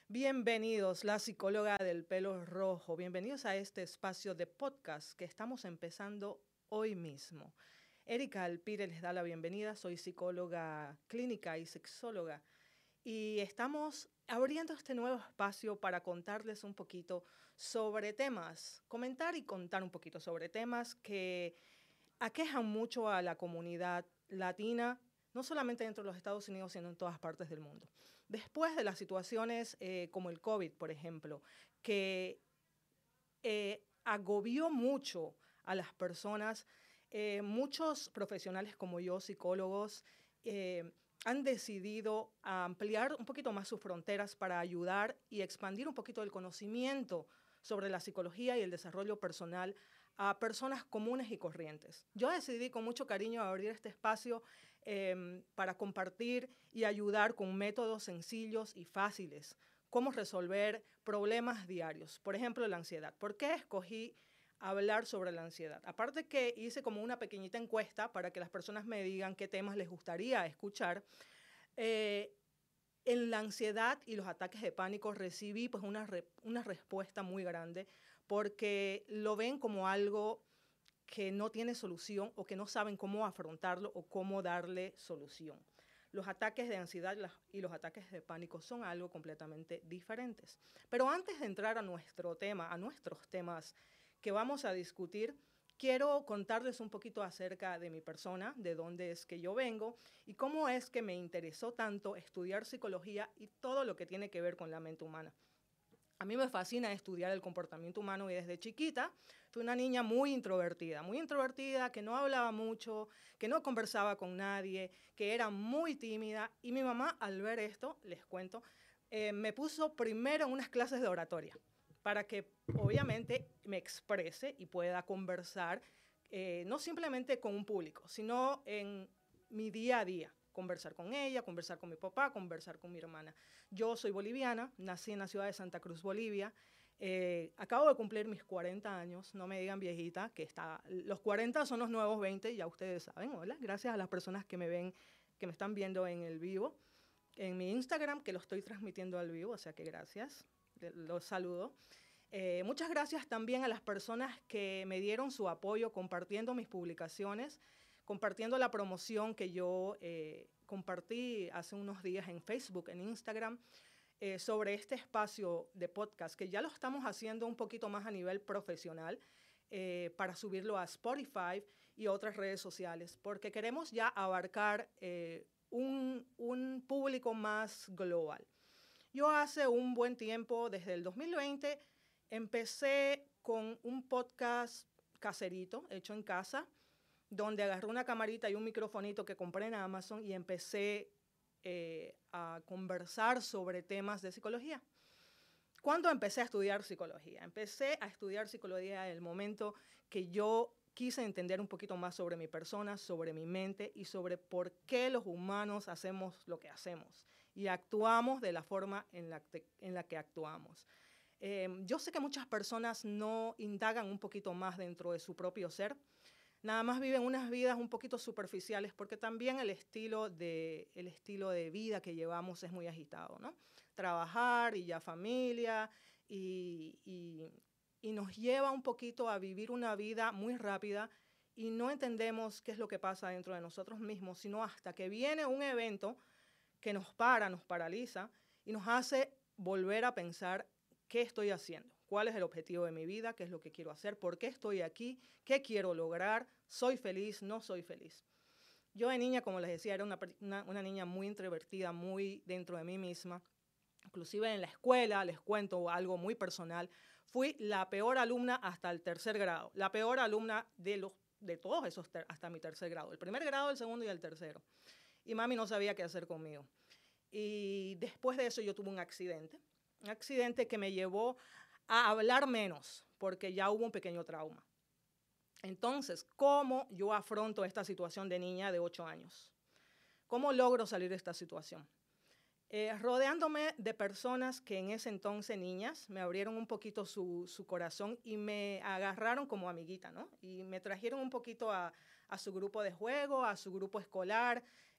Bienvenidos, la psicóloga del pelo rojo. Bienvenidos a este espacio de podcast que estamos empezando hoy mismo. Erika Alpire les da la bienvenida. Soy psicóloga clínica y sexóloga. Y estamos abriendo este nuevo espacio para contarles un poquito sobre temas, comentar y contar un poquito sobre temas que aquejan mucho a la comunidad latina, no solamente dentro de los Estados Unidos, sino en todas partes del mundo. Después de las situaciones como el COVID, por ejemplo, que agobió mucho a las personas, muchos profesionales como yo, psicólogos, han decidido ampliar un poquito más sus fronteras para ayudar y expandir un poquito el conocimiento sobre la psicología y el desarrollo personal a personas comunes y corrientes. Yo decidí con mucho cariño abrir este espacio para compartir y ayudar con métodos sencillos y fáciles, cómo resolver problemas diarios. Por ejemplo, la ansiedad. ¿Por qué escogí hablar sobre la ansiedad? Aparte que hice como una pequeñita encuesta para que las personas me digan qué temas les gustaría escuchar. Eh, en la ansiedad y los ataques de pánico recibí pues una respuesta muy grande porque lo ven como algo que no tiene solución o que no saben cómo afrontarlo o cómo darle solución. Los ataques de ansiedad y los ataques de pánico son algo completamente diferentes. Pero antes de entrar a nuestro tema, a nuestros temas que vamos a discutir, quiero contarles un poquito acerca de mi persona, de dónde es que yo vengo y cómo es que me interesó tanto estudiar psicología y todo lo que tiene que ver con la mente humana. A mí me fascina estudiar el comportamiento humano y desde chiquita fui una niña muy introvertida, que no hablaba mucho, que no conversaba con nadie, que era muy tímida. Y mi mamá, al ver esto, les cuento, me puso primero en unas clases de oratoria para que obviamente me exprese y pueda conversar, no simplemente con un público, sino en mi día a día. Conversar con ella, conversar con mi papá, conversar con mi hermana. Yo soy boliviana, nací en la ciudad de Santa Cruz, Bolivia. Acabo de cumplir mis 40 años, no me digan viejita, los 40 son los nuevos 20, ya ustedes saben. Hola, gracias a las personas que me ven, que me están viendo en el vivo, en mi Instagram, que lo estoy transmitiendo al vivo, o sea que gracias, los saludo. Muchas gracias también a las personas que me dieron su apoyo compartiendo mis publicaciones, compartiendo la promoción que yo compartí hace unos días en Facebook, en Instagram, sobre este espacio de podcast, que ya lo estamos haciendo un poquito más a nivel profesional, para subirlo a Spotify y otras redes sociales, porque queremos ya abarcar un público más global. Yo hace un buen tiempo, desde el 2020, empecé con un podcast caserito, hecho en casa, donde agarré una camarita y un microfonito que compré en Amazon y empecé a conversar sobre temas de psicología. ¿Cuándo empecé a estudiar psicología? Empecé a estudiar psicología en el momento que yo quise entender un poquito más sobre mi persona, sobre mi mente y sobre por qué los humanos hacemos lo que hacemos y actuamos de la forma en la que actuamos. Yo sé que muchas personas no indagan un poquito más dentro de su propio ser, nada más viven unas vidas un poquito superficiales porque también el estilo de vida que llevamos es muy agitado, ¿no? Trabajar y ya familia y nos lleva un poquito a vivir una vida muy rápida y no entendemos qué es lo que pasa dentro de nosotros mismos, sino hasta que viene un evento que nos paraliza y nos hace volver a pensar qué estoy haciendo, cuál es el objetivo de mi vida, qué es lo que quiero hacer, por qué estoy aquí, qué quiero lograr, soy feliz, no soy feliz. Yo de niña, como les decía, era una niña muy introvertida, muy dentro de mí misma. Inclusive en la escuela, les cuento algo muy personal, fui la peor alumna hasta el tercer grado, la peor alumna de todos esos hasta mi tercer grado, el primer grado, el segundo y el tercero. Y mami no sabía qué hacer conmigo. Y después de eso yo tuve un accidente que me llevó a hablar menos, porque ya hubo un pequeño trauma. Entonces, ¿cómo yo afronto esta situación de niña de 8 años? ¿Cómo logro salir de esta situación? Rodeándome de personas que en ese entonces, niñas, me abrieron un poquito su corazón y me agarraron como amiguita, ¿no? Y me trajeron un poquito a su grupo de juego, a su grupo escolar,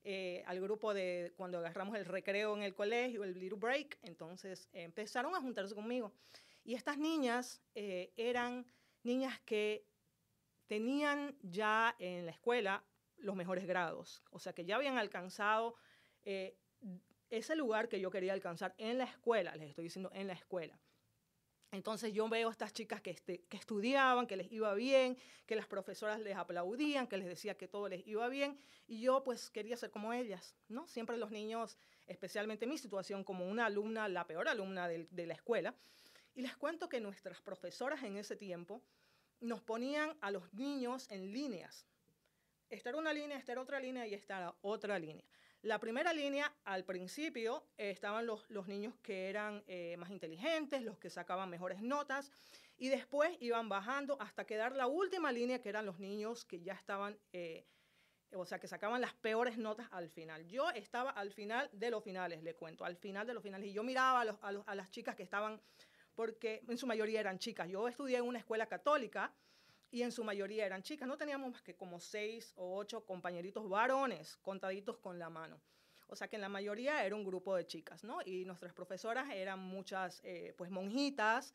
al grupo de cuando agarramos el recreo en el colegio, el little break. Entonces empezaron a juntarse conmigo. Y estas niñas eran niñas que tenían ya en la escuela los mejores grados. O sea, que ya habían alcanzado ese lugar que yo quería alcanzar en la escuela, les estoy diciendo en la escuela. Entonces yo veo a estas chicas que estudiaban, que les iba bien, que las profesoras les aplaudían, que les decía que todo les iba bien, y yo pues quería ser como ellas, ¿no? Siempre los niños, especialmente mi situación como una alumna, la peor alumna de la escuela, y les cuento que nuestras profesoras en ese tiempo nos ponían a los niños en líneas. Esta era una línea, esta era otra línea y esta era otra línea. La primera línea, al principio, estaban los niños que eran más inteligentes, los que sacaban mejores notas, y después iban bajando hasta quedar la última línea, que eran los niños que ya estaban, o sea, que sacaban las peores notas al final. Yo estaba al final de los finales, le cuento, al final de los finales, y yo miraba a las chicas que estaban, porque en su mayoría eran chicas. Yo estudié en una escuela católica, y en su mayoría eran chicas. No teníamos más que como 6 o 8 compañeritos varones, contaditos con la mano. O sea que en la mayoría era un grupo de chicas, ¿no? Y nuestras profesoras eran muchas, pues, monjitas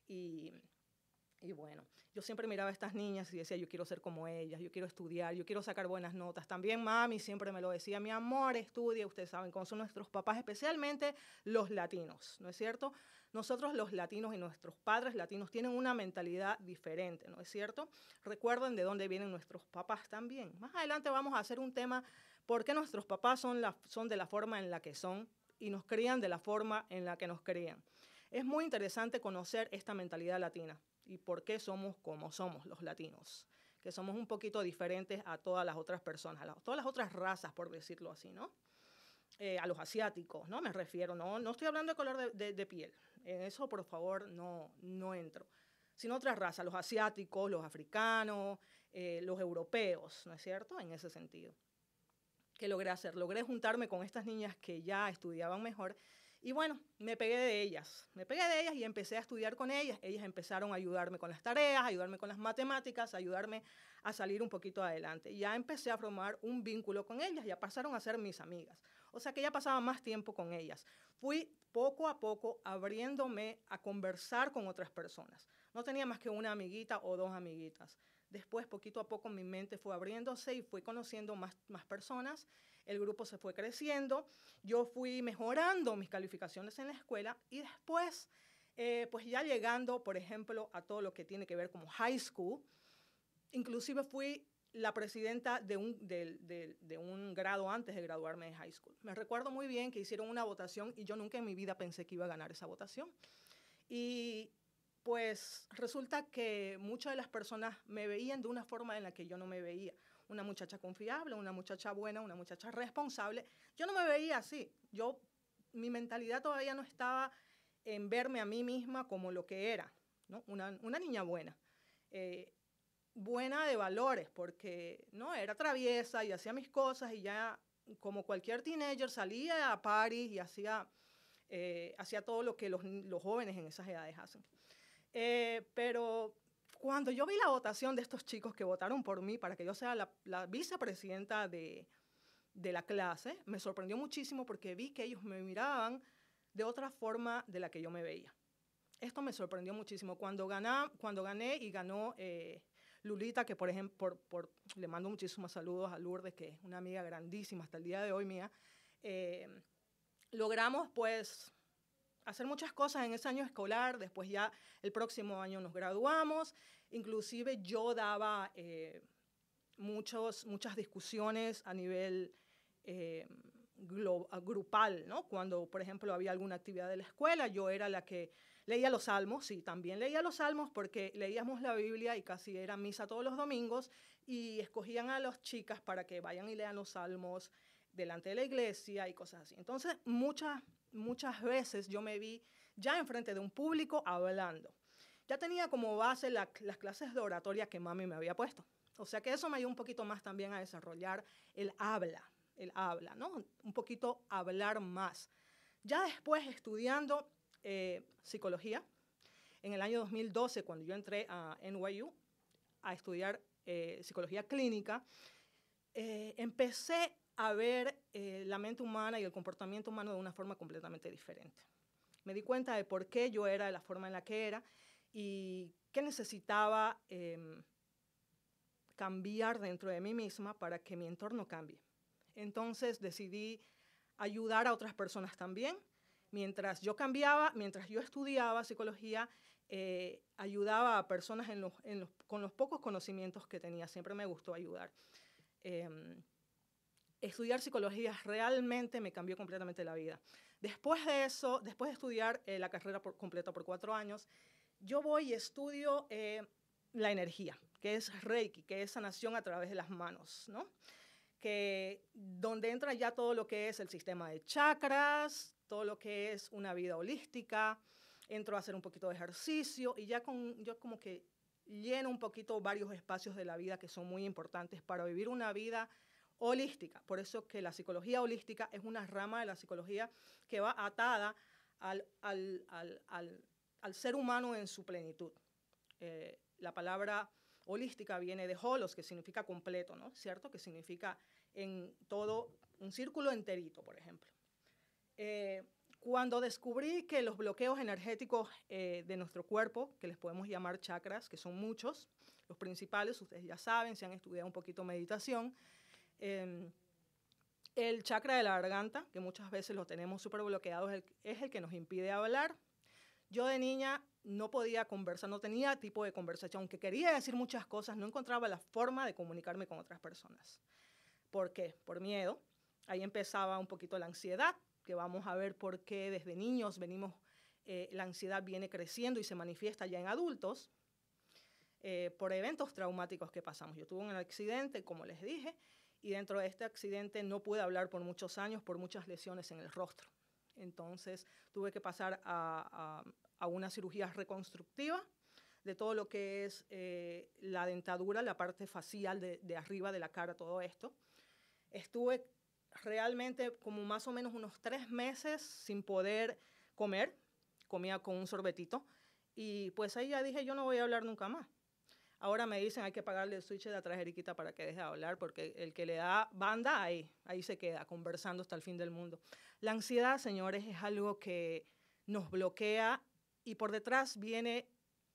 y bueno, yo siempre miraba a estas niñas y decía, yo quiero ser como ellas, yo quiero estudiar, yo quiero sacar buenas notas. También mami siempre me lo decía, mi amor, estudia. Ustedes saben cómo son nuestros papás, especialmente los latinos, ¿no es cierto? Nosotros los latinos y nuestros padres latinos tienen una mentalidad diferente, ¿no es cierto? Recuerden de dónde vienen nuestros papás también. Más adelante vamos a hacer un tema, por qué nuestros papás son de la forma en la que son y nos crían de la forma en la que nos crían. Es muy interesante conocer esta mentalidad latina y por qué somos como somos los latinos, que somos un poquito diferentes a todas las otras personas, a todas las otras razas, por decirlo así, ¿no? A los asiáticos, ¿no? Me refiero, no estoy hablando de color de piel, en eso por favor no entro, sino otras razas, los asiáticos, los africanos, los europeos, ¿no es cierto? En ese sentido. ¿Qué logré hacer? Logré juntarme con estas niñas que ya estudiaban mejor. Y bueno, me pegué de ellas y empecé a estudiar con ellas. Ellas empezaron a ayudarme con las tareas, a ayudarme con las matemáticas, a ayudarme a salir un poquito adelante. Ya empecé a formar un vínculo con ellas, ya pasaron a ser mis amigas. O sea que ya pasaba más tiempo con ellas. Fui poco a poco abriéndome a conversar con otras personas. No tenía más que una amiguita o dos amiguitas. Después, poquito a poco, mi mente fue abriéndose y fui conociendo más personas. El grupo se fue creciendo. Yo fui mejorando mis calificaciones en la escuela y después, pues ya llegando, por ejemplo, a todo lo que tiene que ver como high school, inclusive fui la presidenta de un grado antes de graduarme de high school. Me recuerdo muy bien que hicieron una votación y yo nunca en mi vida pensé que iba a ganar esa votación. Y pues resulta que muchas de las personas me veían de una forma en la que yo no me veía. Una muchacha confiable, una muchacha buena, una muchacha responsable. Yo no me veía así. Mi mentalidad todavía no estaba en verme a mí misma como lo que era, ¿no? Una niña buena. Buena de valores, porque no era traviesa y hacía mis cosas y ya como cualquier teenager salía a parties y hacía todo lo que los jóvenes en esas edades hacen. Pero cuando yo vi la votación de estos chicos que votaron por mí para que yo sea la vicepresidenta de la clase, me sorprendió muchísimo porque vi que ellos me miraban de otra forma de la que yo me veía. Esto me sorprendió muchísimo. Cuando gané y ganó Lulita, que por ejemplo, le mando muchísimos saludos a Lourdes, que es una amiga grandísima hasta el día de hoy mía, logramos pues hacer muchas cosas en ese año escolar. Después ya el próximo año nos graduamos. Inclusive yo daba muchas discusiones a nivel grupal, ¿no? Cuando, por ejemplo, había alguna actividad de la escuela, yo era la que leía los salmos. Sí, también leía los salmos porque leíamos la Biblia y casi era misa todos los domingos y escogían a las chicas para que vayan y lean los salmos delante de la iglesia y cosas así. Entonces, muchas veces yo me vi ya enfrente de un público hablando. Ya tenía como base las clases de oratoria que mami me había puesto. O sea que eso me ayudó un poquito más también a desarrollar el habla, ¿no? Un poquito hablar más. Ya después estudiando psicología, en el año 2012, cuando yo entré a NYU a estudiar psicología clínica, empecé a ver la mente humana y el comportamiento humano de una forma completamente diferente. Me di cuenta de por qué yo era de la forma en la que era y qué necesitaba cambiar dentro de mí misma para que mi entorno cambie. Entonces decidí ayudar a otras personas también. Mientras yo cambiaba, mientras yo estudiaba psicología, ayudaba a personas con los pocos conocimientos que tenía. Siempre me gustó ayudar. Estudiar psicología realmente me cambió completamente la vida. Después de eso, después de estudiar la carrera completa por 4 años, yo voy y estudio la energía, que es Reiki, que es sanación a través de las manos, ¿no? Donde entra ya todo lo que es el sistema de chakras, todo lo que es una vida holística, entro a hacer un poquito de ejercicio y ya yo como que lleno un poquito varios espacios de la vida que son muy importantes para vivir una vida holística. Por eso que la psicología holística es una rama de la psicología que va atada al ser humano en su plenitud. La palabra holística viene de holos, que significa completo, ¿no? ¿Cierto? Que significa en todo, un círculo enterito, por ejemplo. Cuando descubrí que los bloqueos energéticos de nuestro cuerpo, que les podemos llamar chakras, que son muchos, los principales, ustedes ya saben, si han estudiado un poquito meditación, el chakra de la garganta, que muchas veces lo tenemos súper bloqueado, es el que nos impide hablar. Yo de niña no podía conversar, no tenía tipo de conversación, aunque quería decir muchas cosas, no encontraba la forma de comunicarme con otras personas. ¿Por qué? Por miedo. Ahí empezaba un poquito la ansiedad, que vamos a ver por qué desde niños la ansiedad viene creciendo y se manifiesta ya en adultos, por eventos traumáticos que pasamos. Yo tuve un accidente, como les dije, y dentro de este accidente no pude hablar por muchos años, por muchas lesiones en el rostro. Entonces tuve que pasar a una cirugía reconstructiva de todo lo que es la dentadura, la parte facial de arriba de la cara, todo esto. Estuve realmente como más o menos unos 3 meses sin poder comer, comía con un sorbetito, y pues ahí ya dije, yo no voy a hablar nunca más. Ahora me dicen hay que pagarle el switch de atrás a Eriquita para que deje de hablar, porque el que le da banda, ahí se queda, conversando hasta el fin del mundo. La ansiedad, señores, es algo que nos bloquea y por detrás viene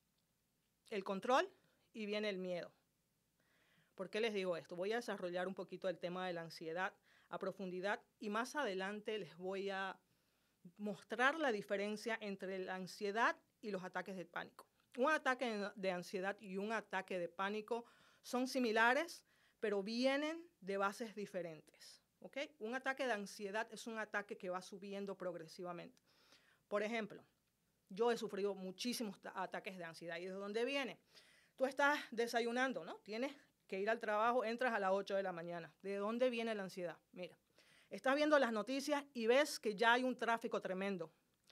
el control y viene el miedo. ¿Por qué les digo esto? Voy a desarrollar un poquito el tema de la ansiedad a profundidad y más adelante les voy a mostrar la diferencia entre la ansiedad y los ataques de pánico. Un ataque de ansiedad y un ataque de pánico son similares, pero vienen de bases diferentes. ¿Okay? Un ataque de ansiedad es un ataque que va subiendo progresivamente. Por ejemplo, yo he sufrido muchísimos ataques de ansiedad. ¿Y de dónde viene? Tú estás desayunando, ¿no? Tienes que ir al trabajo, entras a las 8 de la mañana. ¿De dónde viene la ansiedad? Mira, estás viendo las noticias y ves que ya hay un tráfico tremendo.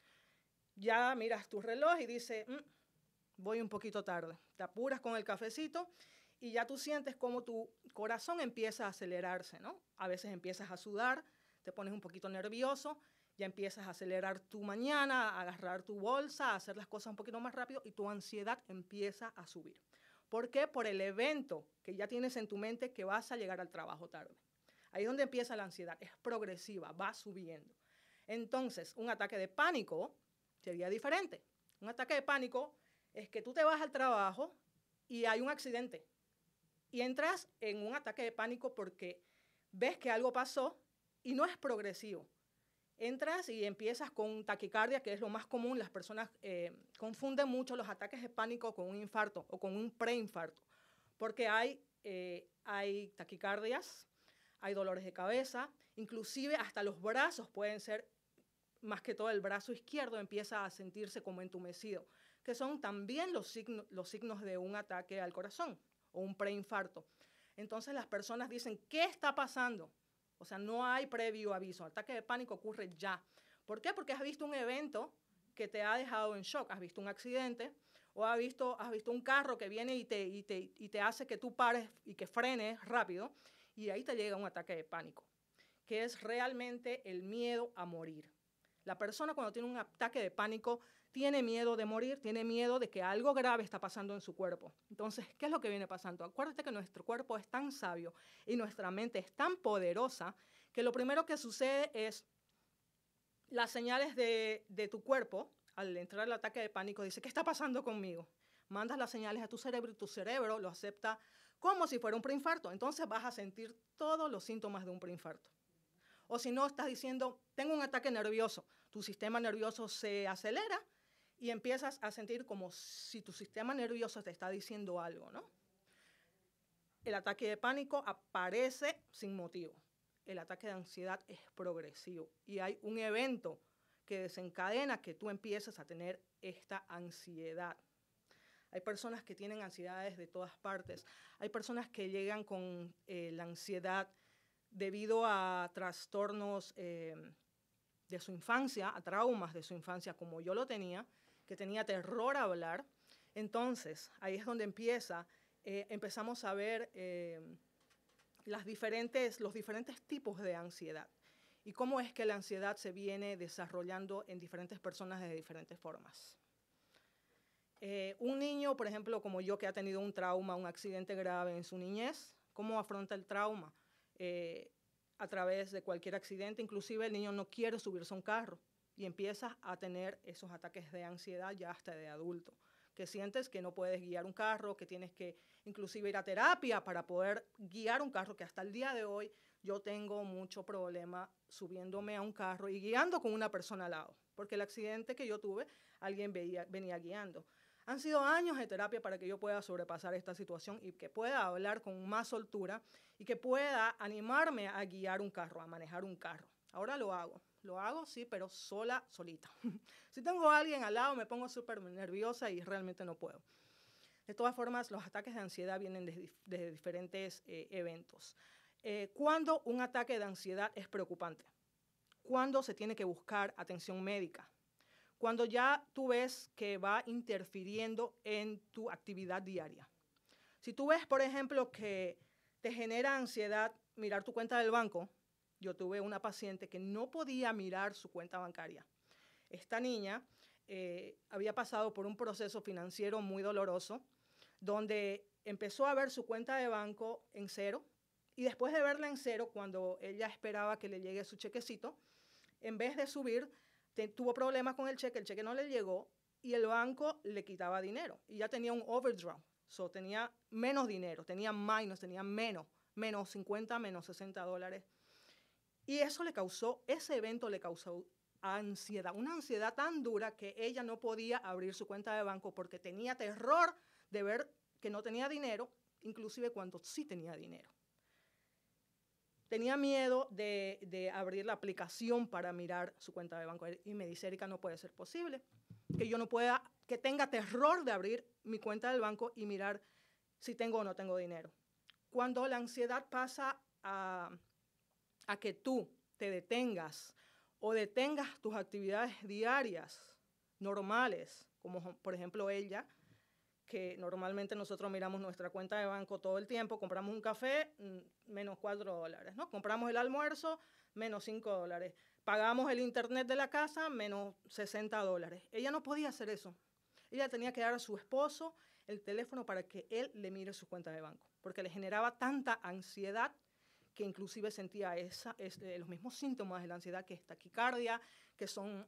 Ya miras tu reloj y dices, voy un poquito tarde. Te apuras con el cafecito y ya tú sientes como tu corazón empieza a acelerarse, ¿no? A veces empiezas a sudar, te pones un poquito nervioso, ya empiezas a acelerar tu mañana, a agarrar tu bolsa, a hacer las cosas un poquito más rápido y tu ansiedad empieza a subir. ¿Por qué? Por el evento que ya tienes en tu mente que vas a llegar al trabajo tarde. Ahí es donde empieza la ansiedad, es progresiva, va subiendo. Entonces, un ataque de pánico sería diferente. Un ataque de pánico es que tú te vas al trabajo y hay un accidente y entras en un ataque de pánico porque ves que algo pasó y no es progresivo. Entras y empiezas con taquicardia, que es lo más común. Las personas confunden mucho los ataques de pánico con un infarto o con un preinfarto, porque hay taquicardias, hay dolores de cabeza, inclusive hasta los brazos pueden ser, más que todo el brazo izquierdo empieza a sentirse como entumecido, que son también los signos de un ataque al corazón o un preinfarto. Entonces las personas dicen, ¿qué está pasando? O sea, no hay previo aviso. El ataque de pánico ocurre ya. ¿Por qué? Porque has visto un evento que te ha dejado en shock. Has visto un accidente o has visto un carro que viene y te hace que tú pares y que frenes rápido y ahí te llega un ataque de pánico, que es realmente el miedo a morir. La persona cuando tiene un ataque de pánico tiene miedo de morir, tiene miedo de que algo grave está pasando en su cuerpo. Entonces, ¿qué es lo que viene pasando? Acuérdate que nuestro cuerpo es tan sabio y nuestra mente es tan poderosa que lo primero que sucede es las señales de tu cuerpo, al entrar al ataque de pánico, dice, ¿qué está pasando conmigo? Mandas las señales a tu cerebro y tu cerebro lo acepta como si fuera un preinfarto. Entonces vas a sentir todos los síntomas de un preinfarto. O si no, estás diciendo, tengo un ataque nervioso. Tu sistema nervioso se acelera y empiezas a sentir como si tu sistema nervioso te está diciendo algo, ¿no? El ataque de pánico aparece sin motivo. El ataque de ansiedad es progresivo y hay un evento que desencadena que tú empieces a tener esta ansiedad. Hay personas que tienen ansiedades de todas partes. Hay personas que llegan con la ansiedad debido a trastornos de su infancia, a traumas de su infancia, como yo lo tenía, que tenía terror a hablar. Entonces, ahí es donde empezamos a ver los diferentes tipos de ansiedad y cómo es que la ansiedad se viene desarrollando en diferentes personas de diferentes formas. Un niño, por ejemplo, como yo, que ha tenido un trauma, un accidente grave en su niñez, ¿cómo afronta el trauma? A través de cualquier accidente, inclusive el niño no quiere subirse a un carro y empieza a tener esos ataques de ansiedad ya hasta de adulto, que sientes que no puedes guiar un carro, que tienes que inclusive ir a terapia para poder guiar un carro, que hasta el día de hoy yo tengo mucho problema subiéndome a un carro y guiando con una persona al lado, porque el accidente que yo tuve, alguien venía guiando. Han sido años de terapia para que yo pueda sobrepasar esta situación y que pueda hablar con más soltura y que pueda animarme a guiar un carro, a manejar un carro. Ahora lo hago sí, pero solita. Si tengo a alguien al lado me pongo súper nerviosa y realmente no puedo. De todas formas, los ataques de ansiedad vienen de diferentes eventos. ¿Cuándo un ataque de ansiedad es preocupante? ¿Cuándo se tiene que buscar atención médica? Cuando ya tú ves que va interfiriendo en tu actividad diaria. Si tú ves, por ejemplo, que te genera ansiedad mirar tu cuenta del banco, yo tuve una paciente que no podía mirar su cuenta bancaria. Esta niña había pasado por un proceso financiero muy doloroso, donde empezó a ver su cuenta de banco en cero, y después de verla en cero, cuando ella esperaba que le llegue su chequecito, en vez de subir, tuvo problemas con el cheque no le llegó y el banco le quitaba dinero. Y ya tenía un overdraft, tenía menos dinero, tenía menos 50, menos $60. Y ese evento le causó ansiedad, una ansiedad tan dura que ella no podía abrir su cuenta de banco porque tenía terror de ver que no tenía dinero, inclusive cuando sí tenía dinero. Tenía miedo de abrir la aplicación para mirar su cuenta de banco y me dice, Erika, no puede ser posible que tenga terror de abrir mi cuenta del banco y mirar si tengo o no tengo dinero. Cuando la ansiedad pasa a que tú te detengas o detengas tus actividades diarias normales, como por ejemplo ella, que normalmente nosotros miramos nuestra cuenta de banco todo el tiempo, compramos un café, menos $4, ¿no? Compramos el almuerzo, menos $5. Pagamos el internet de la casa, menos $60. Ella no podía hacer eso. Ella tenía que dar a su esposo el teléfono para que él le mire su cuenta de banco, porque le generaba tanta ansiedad que inclusive sentía los mismos síntomas de la ansiedad, que es taquicardia, que son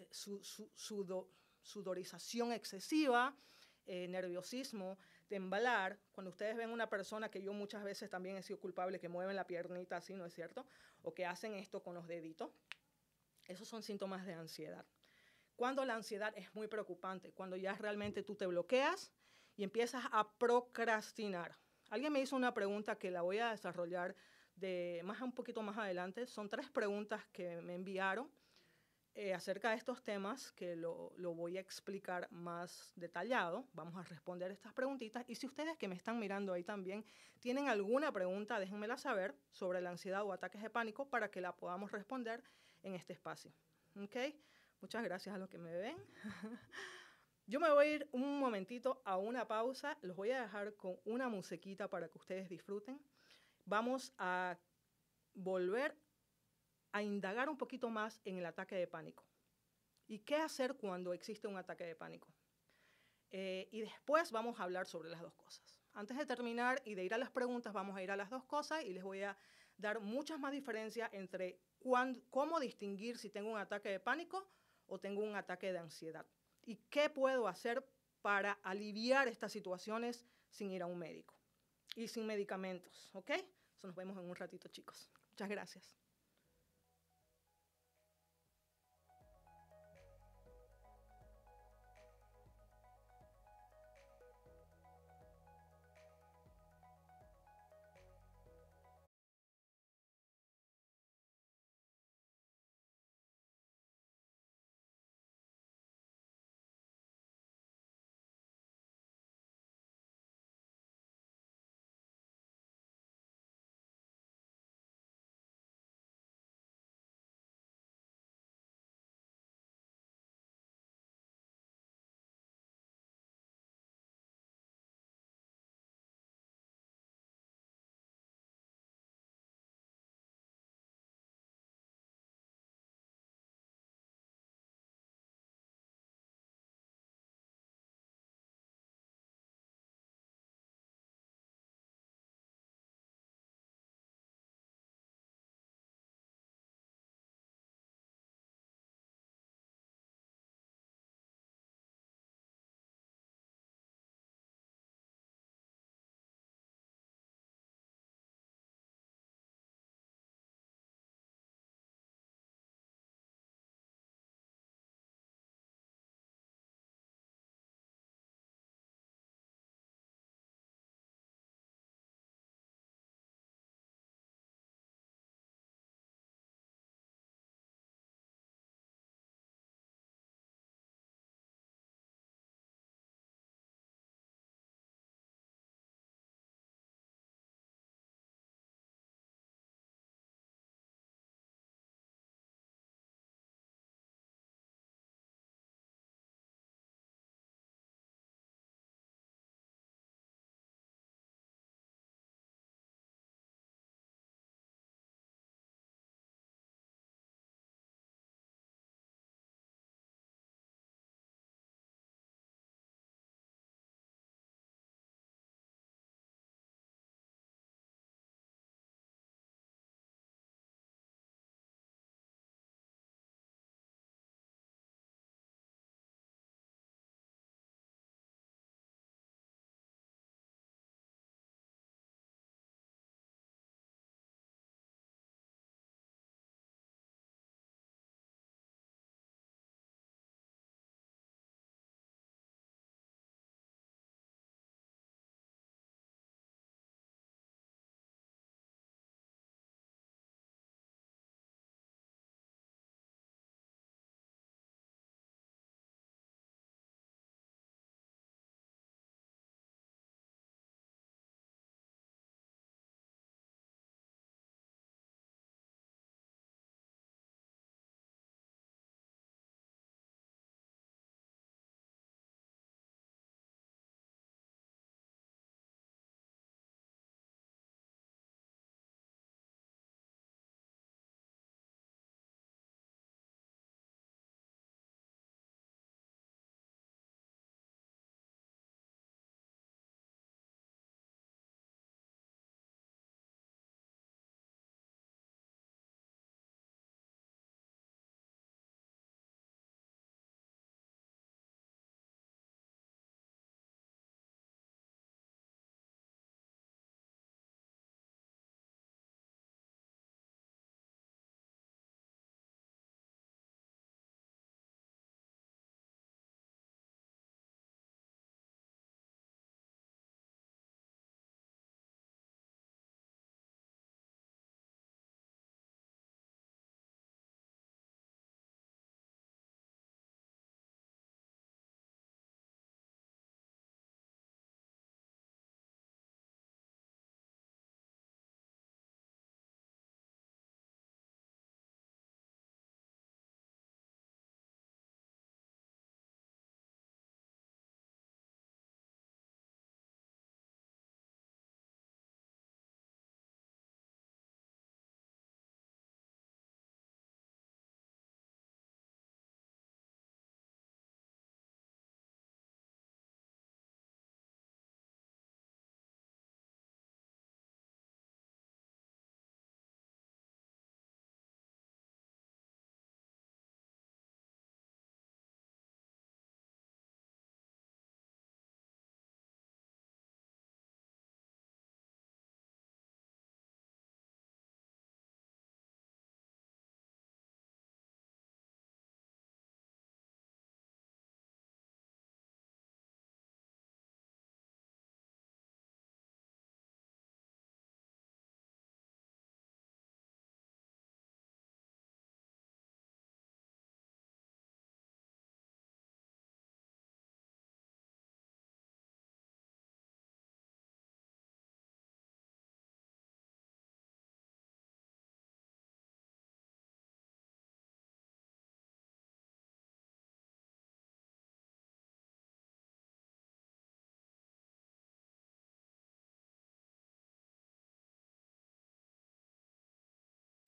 sudorización excesiva, nerviosismo, temblar. Cuando ustedes ven una persona, que yo muchas veces también he sido culpable, que mueven la piernita así, ¿no es cierto? O que hacen esto con los deditos. Esos son síntomas de ansiedad. Cuando la ansiedad es muy preocupante, cuando ya realmente tú te bloqueas y empiezas a procrastinar. Alguien me hizo una pregunta que la voy a desarrollar un poquito más adelante. Son 3 preguntas que me enviaron acerca de estos temas, que lo voy a explicar más detallado. Vamos a responder estas preguntitas. Y si ustedes que me están mirando ahí también tienen alguna pregunta, déjenmela saber sobre la ansiedad o ataques de pánico para que la podamos responder en este espacio. ¿Ok? Muchas gracias a los que me ven. Yo me voy a ir un momentito a una pausa. Los voy a dejar con una musiquita para que ustedes disfruten. Vamos a volver a indagar un poquito más en el ataque de pánico. ¿Y qué hacer cuando existe un ataque de pánico? Y después vamos a hablar sobre las 2 cosas. Antes de terminar y de ir a las preguntas, vamos a ir a las 2 cosas y les voy a dar muchas más diferencias entre cómo distinguir si tengo un ataque de pánico o tengo un ataque de ansiedad. ¿Y qué puedo hacer para aliviar estas situaciones sin ir a un médico y sin medicamentos? ¿Ok? Eso nos vemos en un ratito, chicos. Muchas gracias.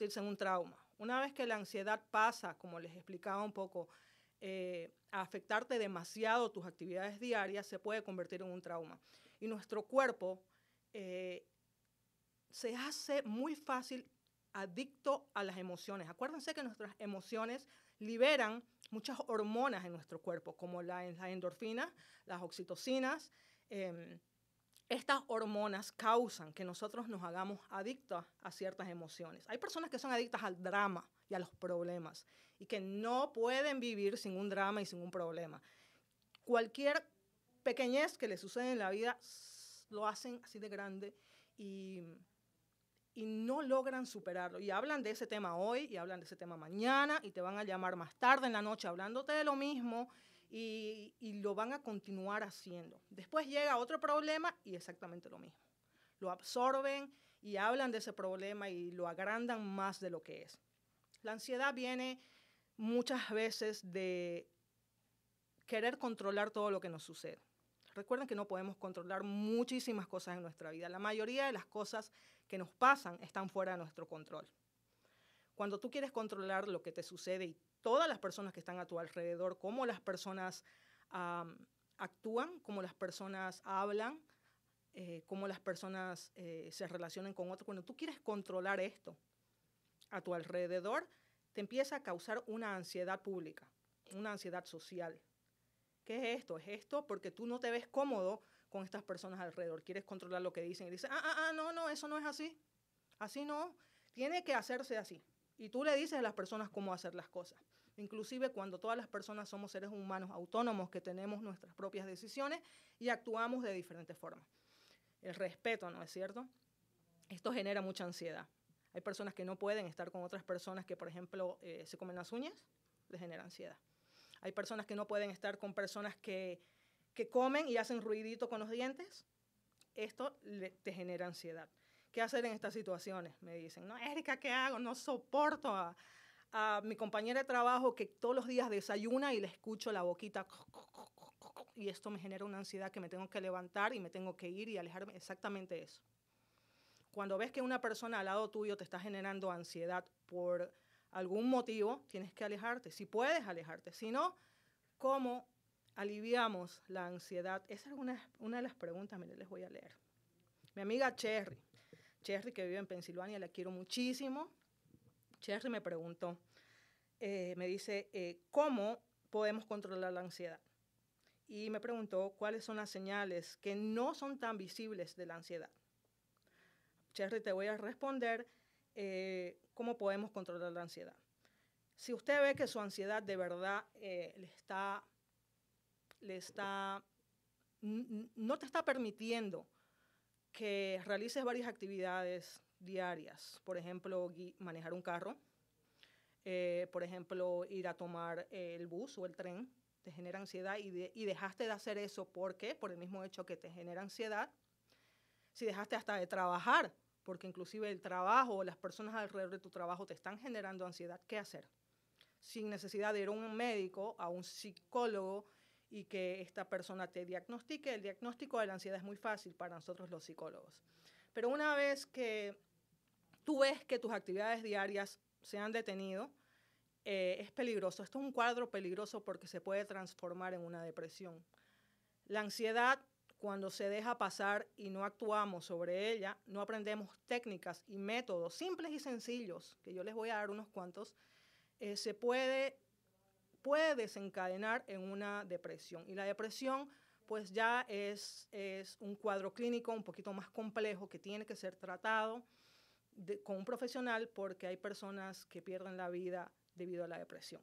convertirse en un trauma. Una vez que la ansiedad pasa, como les explicaba un poco, a afectarte demasiado tus actividades diarias, se puede convertir en un trauma. Y nuestro cuerpo se hace muy fácil adicto a las emociones. Acuérdense que nuestras emociones liberan muchas hormonas en nuestro cuerpo, como las endorfinas, las oxitocinas. Estas hormonas causan que nosotros nos hagamos adictos a ciertas emociones. Hay personas que son adictas al drama y a los problemas y que no pueden vivir sin un drama y sin un problema. Cualquier pequeñez que les sucede en la vida lo hacen así de grande y no logran superarlo. Y hablan de ese tema hoy y hablan de ese tema mañana y te van a llamar más tarde en la noche hablándote de lo mismo y lo van a continuar haciendo. Después llega otro problema y exactamente lo mismo. Lo absorben y hablan de ese problema y lo agrandan más de lo que es. La ansiedad viene muchas veces de querer controlar todo lo que nos sucede. Recuerden que no podemos controlar muchísimas cosas en nuestra vida. La mayoría de las cosas que nos pasan están fuera de nuestro control. Cuando tú quieres controlar lo que te sucede y todas las personas que están a tu alrededor, cómo las personas actúan, cómo las personas hablan, cómo las personas se relacionan con otros, cuando tú quieres controlar esto a tu alrededor, te empieza a causar una ansiedad pública, una ansiedad social. ¿Qué es esto? Es esto porque tú no te ves cómodo con estas personas alrededor. Quieres controlar lo que dicen y dices, no, eso no es así. Así no. Tiene que hacerse así. Y tú le dices a las personas cómo hacer las cosas. Inclusive cuando todas las personas somos seres humanos autónomos que tenemos nuestras propias decisiones y actuamos de diferentes formas. El respeto, ¿no es cierto? Esto genera mucha ansiedad. Hay personas que no pueden estar con otras personas que, por ejemplo, se comen las uñas, les genera ansiedad. Hay personas que no pueden estar con personas que comen y hacen ruidito con los dientes. Esto te genera ansiedad. ¿Qué hacer en estas situaciones? Me dicen, no, Erika, ¿qué hago? No soporto a mi compañera de trabajo que todos los días desayuna y le escucho la boquita y esto me genera una ansiedad que me tengo que levantar y me tengo que ir y alejarme. Exactamente eso. Cuando ves que una persona al lado tuyo te está generando ansiedad por algún motivo, tienes que alejarte. Si puedes, alejarte. Si no, ¿cómo aliviamos la ansiedad? Esa es una de las preguntas, miren, les voy a leer. Mi amiga Cherry, que vive en Pensilvania, la quiero muchísimo. Cherry me preguntó, me dice, ¿cómo podemos controlar la ansiedad? Y me preguntó cuáles son las señales que no son tan visibles de la ansiedad. Cherry, te voy a responder cómo podemos controlar la ansiedad. Si usted ve que su ansiedad de verdad no te está permitiendo que realices varias actividades diarias, por ejemplo, manejar un carro, por ejemplo, ir a tomar el bus o el tren, te genera ansiedad y dejaste de hacer eso, ¿por qué? Por el mismo hecho que te genera ansiedad. Si dejaste hasta de trabajar, porque inclusive el trabajo o las personas alrededor de tu trabajo te están generando ansiedad, ¿qué hacer? Sin necesidad de ir a un médico, a un psicólogo y que esta persona te diagnostique. El diagnóstico de la ansiedad es muy fácil para nosotros los psicólogos. Pero una vez que tú ves que tus actividades diarias se han detenido, es peligroso. Esto es un cuadro peligroso porque se puede transformar en una depresión. La ansiedad, cuando se deja pasar y no actuamos sobre ella, no aprendemos técnicas y métodos simples y sencillos, que yo les voy a dar unos cuantos, se puede desencadenar en una depresión. Y la depresión pues ya es un cuadro clínico un poquito más complejo que tiene que ser tratado con un profesional porque hay personas que pierden la vida debido a la depresión.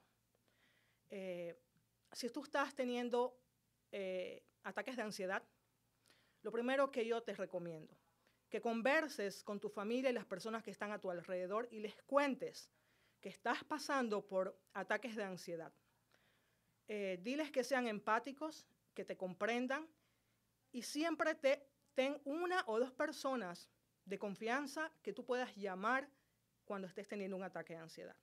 Si tú estás teniendo ataques de ansiedad, lo primero que yo te recomiendo, que converses con tu familia y las personas que están a tu alrededor y les cuentes que estás pasando por ataques de ansiedad. Diles que sean empáticos, que te comprendan y siempre ten una o dos personas de confianza que tú puedas llamar cuando estés teniendo un ataque de ansiedad.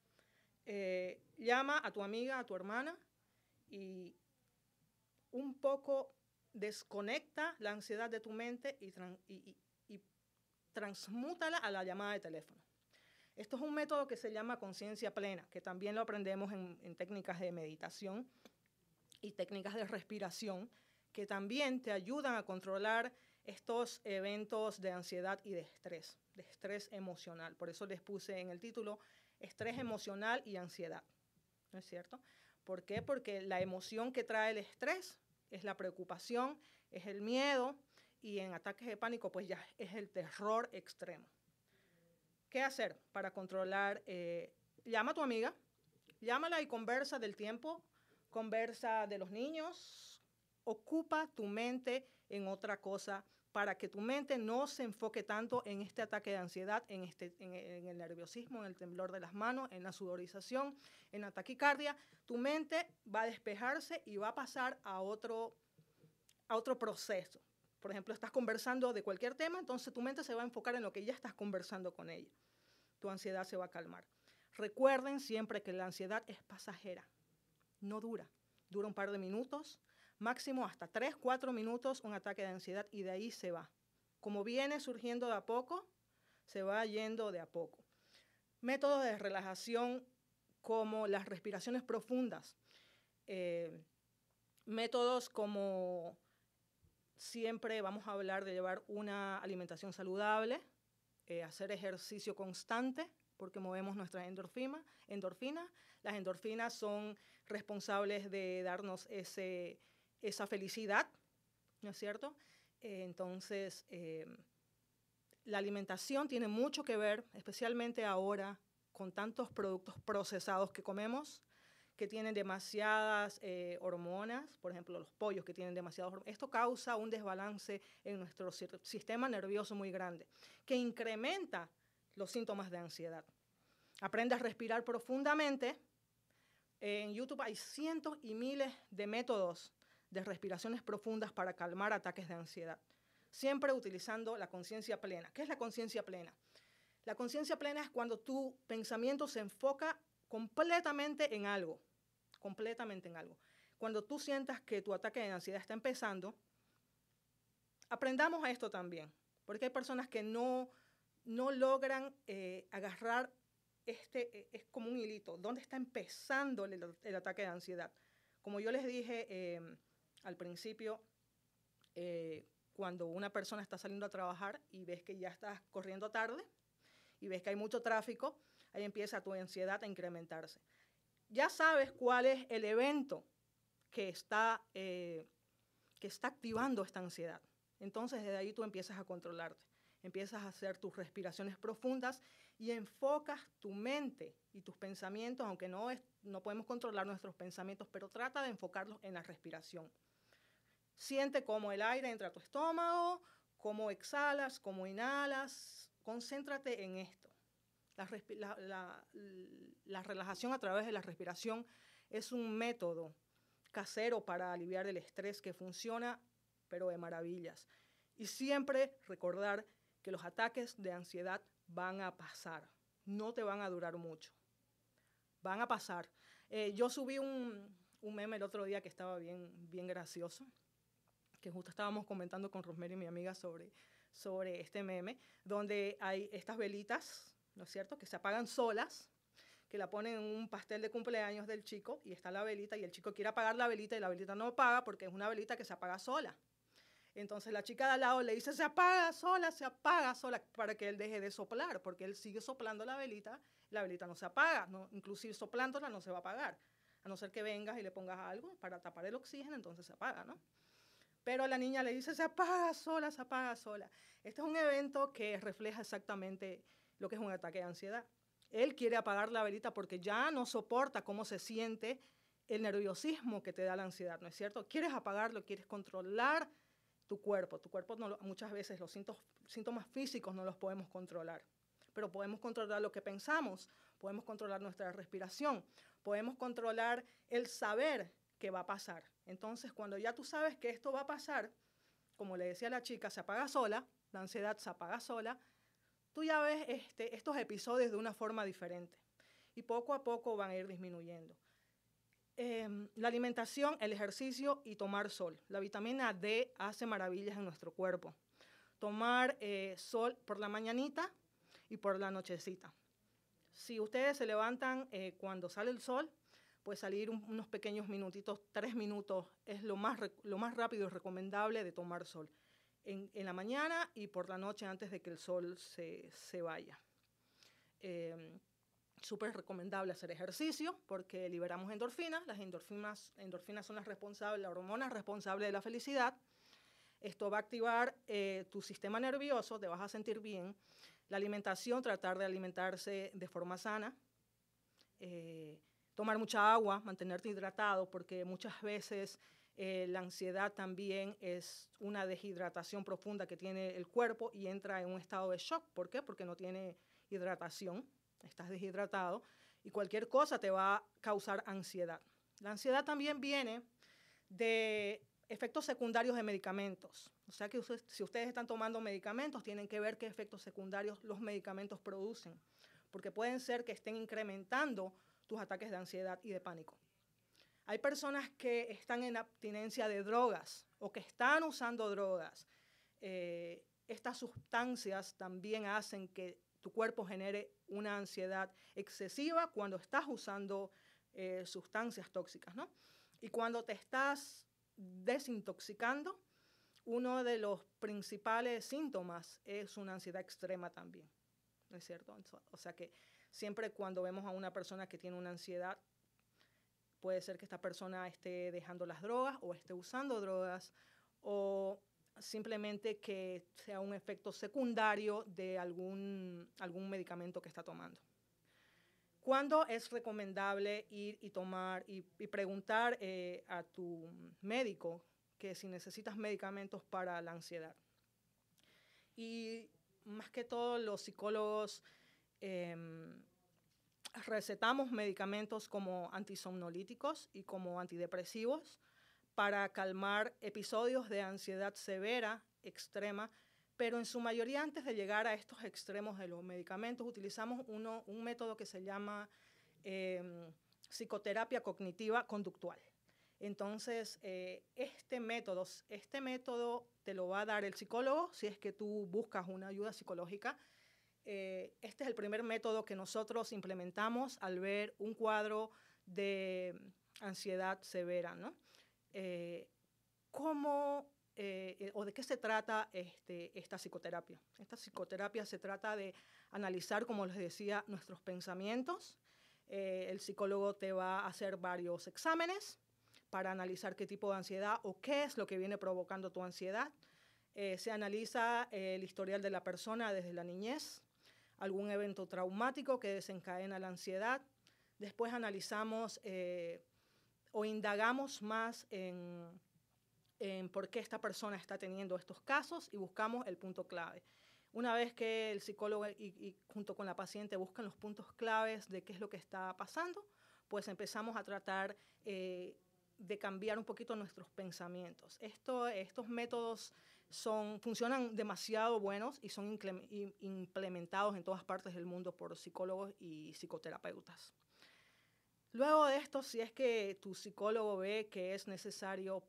Llama a tu amiga, a tu hermana y un poco desconecta la ansiedad de tu mente y transmútala a la llamada de teléfono. Esto es un método que se llama conciencia plena, que también lo aprendemos en técnicas de meditación y técnicas de respiración, que también te ayudan a controlar estos eventos de ansiedad y de estrés emocional. Por eso les puse en el título estrés emocional y ansiedad, ¿no es cierto? ¿Por qué? Porque la emoción que trae el estrés es la preocupación, es el miedo, y en ataques de pánico pues ya es el terror extremo. ¿Qué hacer para controlar? Llama a tu amiga, llámala y conversa del tiempo, conversa de los niños, ocupa tu mente en otra cosa para que tu mente no se enfoque tanto en este ataque de ansiedad, en el nerviosismo, en el temblor de las manos, en la sudorización, en la taquicardia. Tu mente va a despejarse y va a pasar a otro proceso. Por ejemplo, estás conversando de cualquier tema, entonces tu mente se va a enfocar en lo que ya estás conversando con ella. Tu ansiedad se va a calmar. Recuerden siempre que la ansiedad es pasajera, no dura. Dura un par de minutos, máximo hasta 3, 4 minutos un ataque de ansiedad y de ahí se va. Como viene surgiendo de a poco, se va yendo de a poco. Métodos de relajación como las respiraciones profundas. Métodos como siempre vamos a hablar de llevar una alimentación saludable, hacer ejercicio constante, porque movemos nuestras endorfinas. Las endorfinas son responsables de darnos esa felicidad, ¿no es cierto? Entonces, la alimentación tiene mucho que ver, especialmente ahora, con tantos productos procesados que comemos, que tienen demasiadas hormonas, por ejemplo, los pollos que tienen demasiadas hormonas. Esto causa un desbalance en nuestro sistema nervioso muy grande, que incrementa los síntomas de ansiedad. Aprende a respirar profundamente. En YouTube hay cientos y miles de métodos de respiraciones profundas para calmar ataques de ansiedad, siempre utilizando la conciencia plena. ¿Qué es la conciencia plena? La conciencia plena es cuando tu pensamiento se enfoca completamente en algo. Cuando tú sientas que tu ataque de ansiedad está empezando, aprendamos a esto también, porque hay personas que no logran agarrar es como un hilito, ¿dónde está empezando el ataque de ansiedad? Como yo les dije al principio, cuando una persona está saliendo a trabajar y ves que ya estás corriendo tarde y ves que hay mucho tráfico, ahí empieza tu ansiedad a incrementarse. Ya sabes cuál es el evento que está activando esta ansiedad. Entonces, desde ahí tú empiezas a controlarte. Empiezas a hacer tus respiraciones profundas y enfocas tu mente y tus pensamientos, aunque no podemos controlar nuestros pensamientos, pero trata de enfocarlos en la respiración. Siente cómo el aire entra a tu estómago, cómo exhalas, cómo inhalas. Concéntrate en esto. La relajación a través de la respiración es un método casero para aliviar el estrés que funciona, pero de maravillas. Y siempre recordar que los ataques de ansiedad van a pasar, no te van a durar mucho, van a pasar. Yo subí un meme el otro día que estaba bien gracioso, que justo estábamos comentando con Rosemary, mi amiga, sobre este meme, donde hay estas velitas, ¿no es cierto?, que se apagan solas, que la ponen en un pastel de cumpleaños del chico y está la velita y el chico quiere apagar la velita y la velita no apaga porque es una velita que se apaga sola. Entonces la chica de al lado le dice, se apaga sola, para que él deje de soplar, porque él sigue soplando la velita no se apaga, ¿no? Inclusive soplándola no se va a apagar, a no ser que vengas y le pongas algo para tapar el oxígeno, entonces se apaga, ¿no? Pero la niña le dice, se apaga sola, se apaga sola. Este es un evento que refleja exactamente lo que es un ataque de ansiedad. Él quiere apagar la velita porque ya no soporta cómo se siente el nerviosismo que te da la ansiedad, ¿no es cierto? Quieres apagarlo, quieres controlar tu cuerpo muchas veces los síntomas físicos no los podemos controlar, pero podemos controlar lo que pensamos, podemos controlar nuestra respiración, podemos controlar el saber que va a pasar. Entonces, cuando ya tú sabes que esto va a pasar, como le decía la chica, se apaga sola, la ansiedad se apaga sola, tú ya ves estos episodios de una forma diferente y poco a poco van a ir disminuyendo. La alimentación, el ejercicio y tomar sol. La vitamina D hace maravillas en nuestro cuerpo. Tomar sol por la mañanita y por la nochecita. Si ustedes se levantan cuando sale el sol, pues salir unos pequeños minutitos, 3 minutos, es lo más rápido y recomendable de tomar sol. En la mañana y por la noche antes de que el sol se vaya. Súper recomendable hacer ejercicio porque liberamos endorfinas. Las endorfinas son la hormona responsable de la felicidad. Esto va a activar tu sistema nervioso, te vas a sentir bien. La alimentación, tratar de alimentarse de forma sana. Tomar mucha agua, mantenerte hidratado, porque muchas veces la ansiedad también es una deshidratación profunda que tiene el cuerpo y entra en un estado de shock. ¿Por qué? Porque no tiene hidratación, estás deshidratado y cualquier cosa te va a causar ansiedad. La ansiedad también viene de efectos secundarios de medicamentos. O sea que si ustedes están tomando medicamentos, tienen que ver qué efectos secundarios los medicamentos producen, porque pueden ser que estén incrementando tus ataques de ansiedad y de pánico. Hay personas que están en abstinencia de drogas o que están usando drogas. Estas sustancias también hacen que tu cuerpo genere una ansiedad excesiva cuando estás usando sustancias tóxicas, ¿no? Y cuando te estás desintoxicando, uno de los principales síntomas es una ansiedad extrema también, ¿no es cierto? O sea que siempre cuando vemos a una persona que tiene una ansiedad, puede ser que esta persona esté dejando las drogas o esté usando drogas o simplemente que sea un efecto secundario de algún medicamento que está tomando. ¿Cuándo es recomendable ir y tomar y preguntar a tu médico que si necesitas medicamentos para la ansiedad? Y más que todo los psicólogos recetamos medicamentos como antisomnolíticos y como antidepresivos para calmar episodios de ansiedad severa, extrema, pero en su mayoría antes de llegar a estos extremos de los medicamentos utilizamos un método que se llama psicoterapia cognitiva conductual. Entonces, este método te lo va a dar el psicólogo si es que tú buscas una ayuda psicológica. Este es el primer método que nosotros implementamos al ver un cuadro de ansiedad severa, ¿no? ¿Cómo o de qué se trata esta psicoterapia? Esta psicoterapia se trata de analizar, como les decía, nuestros pensamientos. El psicólogo te va a hacer varios exámenes para analizar qué tipo de ansiedad o qué es lo que viene provocando tu ansiedad. Se analiza el historial de la persona desde la niñez, algún evento traumático que desencadena la ansiedad. Después analizamos o indagamos más en por qué esta persona está teniendo estos casos y buscamos el punto clave. Una vez que el psicólogo y junto con la paciente buscan los puntos claves de qué es lo que está pasando, pues empezamos a tratar de cambiar un poquito nuestros pensamientos. Estos métodos funcionan demasiado buenos y son implementados en todas partes del mundo por psicólogos y psicoterapeutas. Luego de esto, si es que tu psicólogo ve que es necesario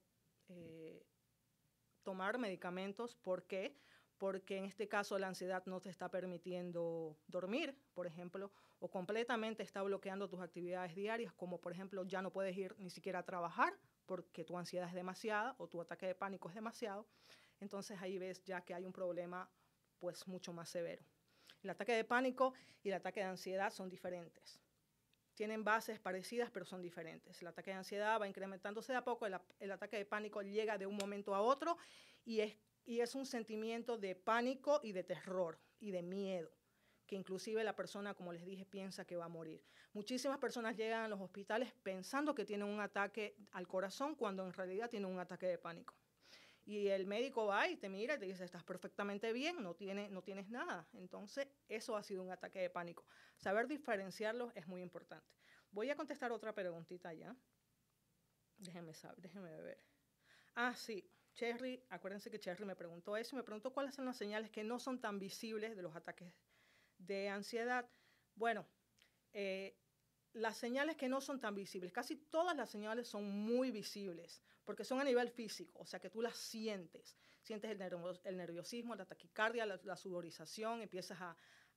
tomar medicamentos, ¿por qué? Porque en este caso la ansiedad no te está permitiendo dormir, por ejemplo, o completamente está bloqueando tus actividades diarias, como por ejemplo ya no puedes ir ni siquiera a trabajar porque tu ansiedad es demasiada o tu ataque de pánico es demasiado. Entonces ahí ves ya que hay un problema pues mucho más severo. El ataque de pánico y el ataque de ansiedad son diferentes. Tienen bases parecidas, pero son diferentes. El ataque de ansiedad va incrementándose de a poco, el ataque de pánico llega de un momento a otro y es un sentimiento de pánico y de terror y de miedo, que inclusive la persona, como les dije, piensa que va a morir. Muchísimas personas llegan a los hospitales pensando que tienen un ataque al corazón cuando en realidad tienen un ataque de pánico. Y el médico va y te mira y te dice, estás perfectamente bien, no tienes nada. Entonces, eso ha sido un ataque de pánico. Saber diferenciarlos es muy importante. Voy a contestar otra preguntita ya. Déjenme ver. Ah, sí, Cherry, acuérdense que Cherry me preguntó eso, me preguntó cuáles son las señales que no son tan visibles de los ataques de ansiedad. Bueno, las señales que no son tan visibles, casi todas las señales son muy visibles, porque son a nivel físico, o sea que tú las sientes el nerviosismo, la taquicardia, la sudorización, empiezas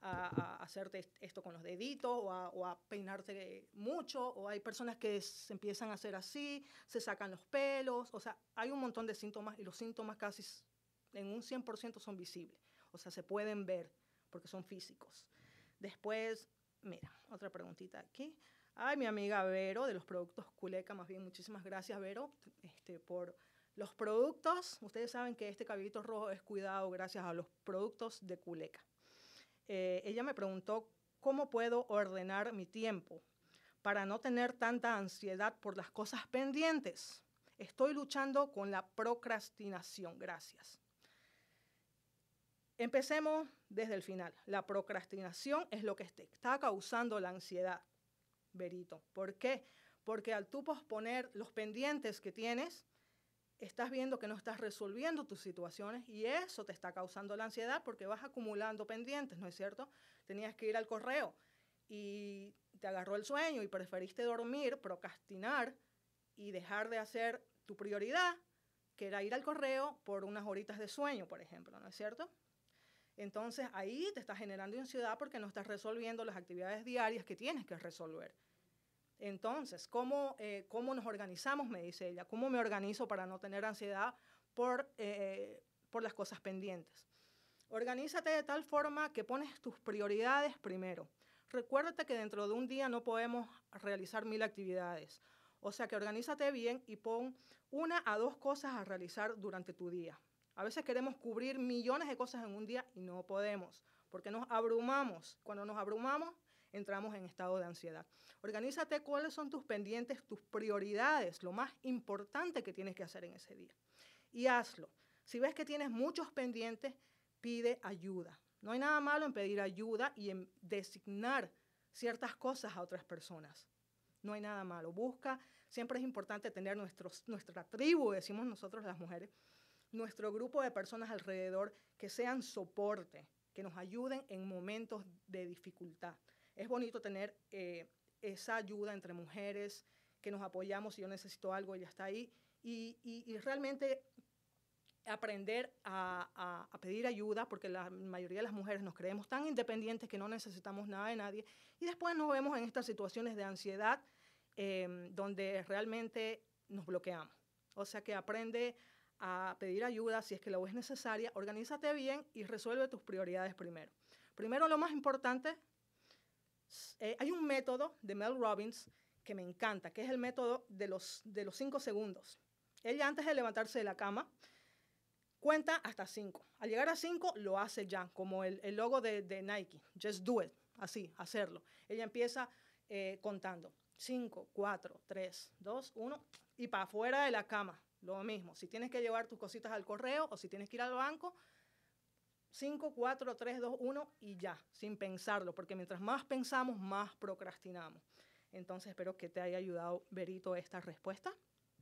a hacerte esto con los deditos o a peinarte mucho, o hay personas que se empiezan a hacer así, se sacan los pelos, o sea, hay un montón de síntomas y los síntomas casi en un 100% son visibles, o sea, se pueden ver porque son físicos. Después, mira, otra preguntita aquí. Ay, mi amiga Vero de los productos Culeca, más bien, muchísimas gracias, Vero, por los productos. Ustedes saben que este cabellito rojo es cuidado gracias a los productos de Culeca. Ella me preguntó cómo puedo ordenar mi tiempo para no tener tanta ansiedad por las cosas pendientes. Estoy luchando con la procrastinación. Gracias. Empecemos desde el final. La procrastinación es lo que está causando la ansiedad, Verito. ¿Por qué? Porque al tú posponer los pendientes que tienes, estás viendo que no estás resolviendo tus situaciones y eso te está causando la ansiedad porque vas acumulando pendientes, ¿no es cierto? Tenías que ir al correo y te agarró el sueño y preferiste dormir, procrastinar y dejar de hacer tu prioridad, que era ir al correo por unas horitas de sueño, por ejemplo, ¿no es cierto? Entonces ahí te está generando ansiedad porque no estás resolviendo las actividades diarias que tienes que resolver. Entonces, ¿cómo nos organizamos? Me dice ella. ¿Cómo me organizo para no tener ansiedad por las cosas pendientes? Organízate de tal forma que pones tus prioridades primero. Recuérdate que dentro de un día no podemos realizar 1000 actividades. O sea que organízate bien y pon 1 a 2 cosas a realizar durante tu día. A veces queremos cubrir millones de cosas en un día y no podemos, porque nos abrumamos. Cuando nos abrumamos, entramos en estado de ansiedad. Organízate cuáles son tus pendientes, tus prioridades, lo más importante que tienes que hacer en ese día. Y hazlo. Si ves que tienes muchos pendientes, pide ayuda. No hay nada malo en pedir ayuda y en designar ciertas cosas a otras personas. No hay nada malo. Busca, siempre es importante tener nuestra tribu, decimos nosotros las mujeres, nuestro grupo de personas alrededor que sean soporte, que nos ayuden en momentos de dificultad. Es bonito tener esa ayuda entre mujeres, que nos apoyamos. Si yo necesito algo, ella está ahí. Y realmente aprender a pedir ayuda, porque la mayoría de las mujeres nos creemos tan independientes que no necesitamos nada de nadie. Y después nos vemos en estas situaciones de ansiedad donde realmente nos bloqueamos. O sea que aprende a pedir ayuda si es que lo es necesaria, organízate bien y resuelve tus prioridades primero. Primero, lo más importante, hay un método de Mel Robbins que me encanta, que es el método de los 5 segundos. Ella, antes de levantarse de la cama, cuenta hasta 5. Al llegar a 5, lo hace ya, como el logo de Nike. Just do it, así, hacerlo. Ella empieza contando. 5, 4, 3, 2, 1, y para afuera de la cama. Lo mismo, si tienes que llevar tus cositas al correo o si tienes que ir al banco, 5, 4, 3, 2, 1 y ya, sin pensarlo, porque mientras más pensamos, más procrastinamos. Entonces, espero que te haya ayudado, Verito, esta respuesta.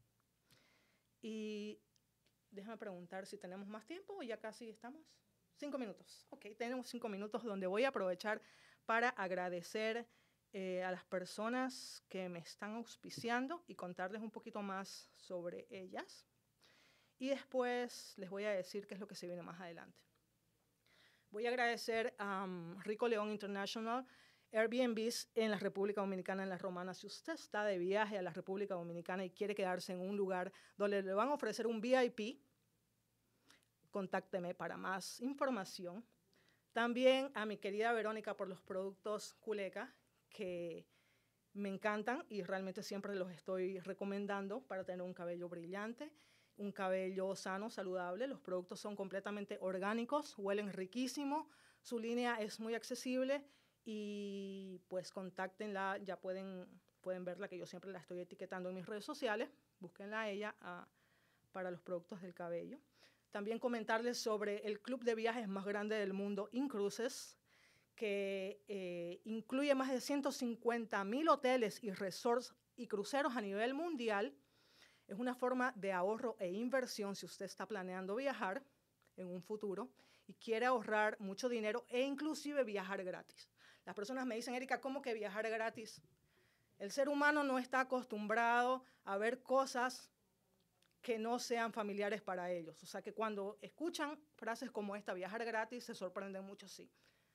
Y déjame preguntar si tenemos más tiempo o ya casi estamos. 5 minutos. Ok, tenemos 5 minutos donde voy a aprovechar para agradecer a las personas que me están auspiciando y contarles un poquito más sobre ellas. Y después les voy a decir qué es lo que se viene más adelante. Voy a agradecer a Rico León International, Airbnbs en la República Dominicana, en La Romana. Si usted está de viaje a la República Dominicana y quiere quedarse en un lugar donde le van a ofrecer un VIP, contácteme para más información. También a mi querida Verónica por los productos Culeca, que me encantan y realmente siempre los estoy recomendando para tener un cabello brillante, un cabello sano, saludable. Los productos son completamente orgánicos, huelen riquísimo, su línea es muy accesible y pues contáctenla, ya pueden verla, que yo siempre la estoy etiquetando en mis redes sociales, búsquenla a ella para los productos del cabello. También comentarles sobre el club de viajes más grande del mundo, Incruises, que incluye más de 150,000 hoteles y resorts y cruceros a nivel mundial. Es una forma de ahorro e inversión si usted está planeando viajar en un futuro y quiere ahorrar mucho dinero e inclusive viajar gratis. Las personas me dicen, Erika, ¿cómo que viajar gratis? El ser humano no está acostumbrado a ver cosas que no sean familiares para ellos. O sea que cuando escuchan frases como esta, viajar gratis, se sorprenden mucho, sí.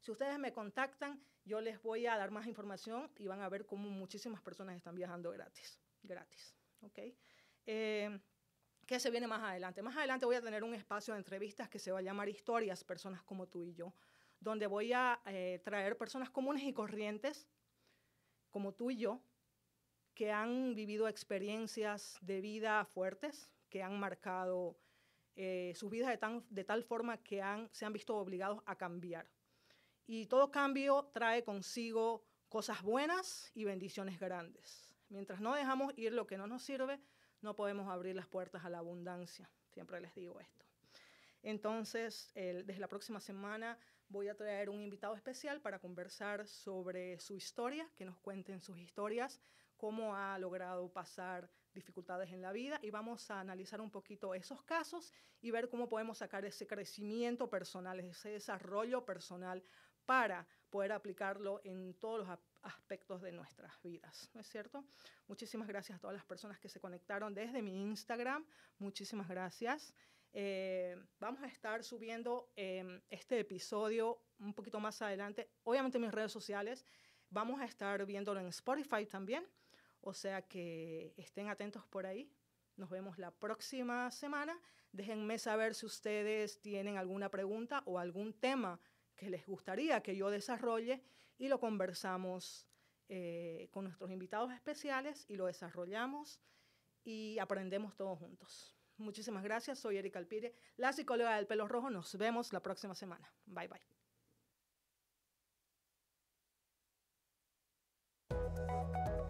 Si ustedes me contactan, yo les voy a dar más información y van a ver cómo muchísimas personas están viajando gratis. ¿Ok? ¿Qué se viene más adelante? Más adelante voy a tener un espacio de entrevistas que se va a llamar Historias, personas como tú y yo, donde voy a traer personas comunes y corrientes, como tú y yo, que han vivido experiencias de vida fuertes, que han marcado sus vidas de tal forma que se han visto obligados a cambiar. Y todo cambio trae consigo cosas buenas y bendiciones grandes. Mientras no dejamos ir lo que no nos sirve, no podemos abrir las puertas a la abundancia. Siempre les digo esto. Entonces, desde la próxima semana voy a traer un invitado especial para conversar sobre su historia, que nos cuenten sus historias, cómo ha logrado pasar dificultades en la vida, y vamos a analizar un poquito esos casos y ver cómo podemos sacar ese crecimiento personal, ese desarrollo personal para poder aplicarlo en todos los aspectos de nuestras vidas, ¿no es cierto? Muchísimas gracias a todas las personas que se conectaron desde mi Instagram. Muchísimas gracias. Vamos a estar subiendo este episodio un poquito más adelante, obviamente en mis redes sociales. Vamos a estar viéndolo en Spotify también, o sea que estén atentos por ahí. Nos vemos la próxima semana. Déjenme saber si ustedes tienen alguna pregunta o algún tema que les gustaría que yo desarrolle y lo conversamos con nuestros invitados especiales y lo desarrollamos y aprendemos todos juntos. Muchísimas gracias. Soy Erika Alpire, la psicóloga del pelo rojo. Nos vemos la próxima semana. Bye, bye.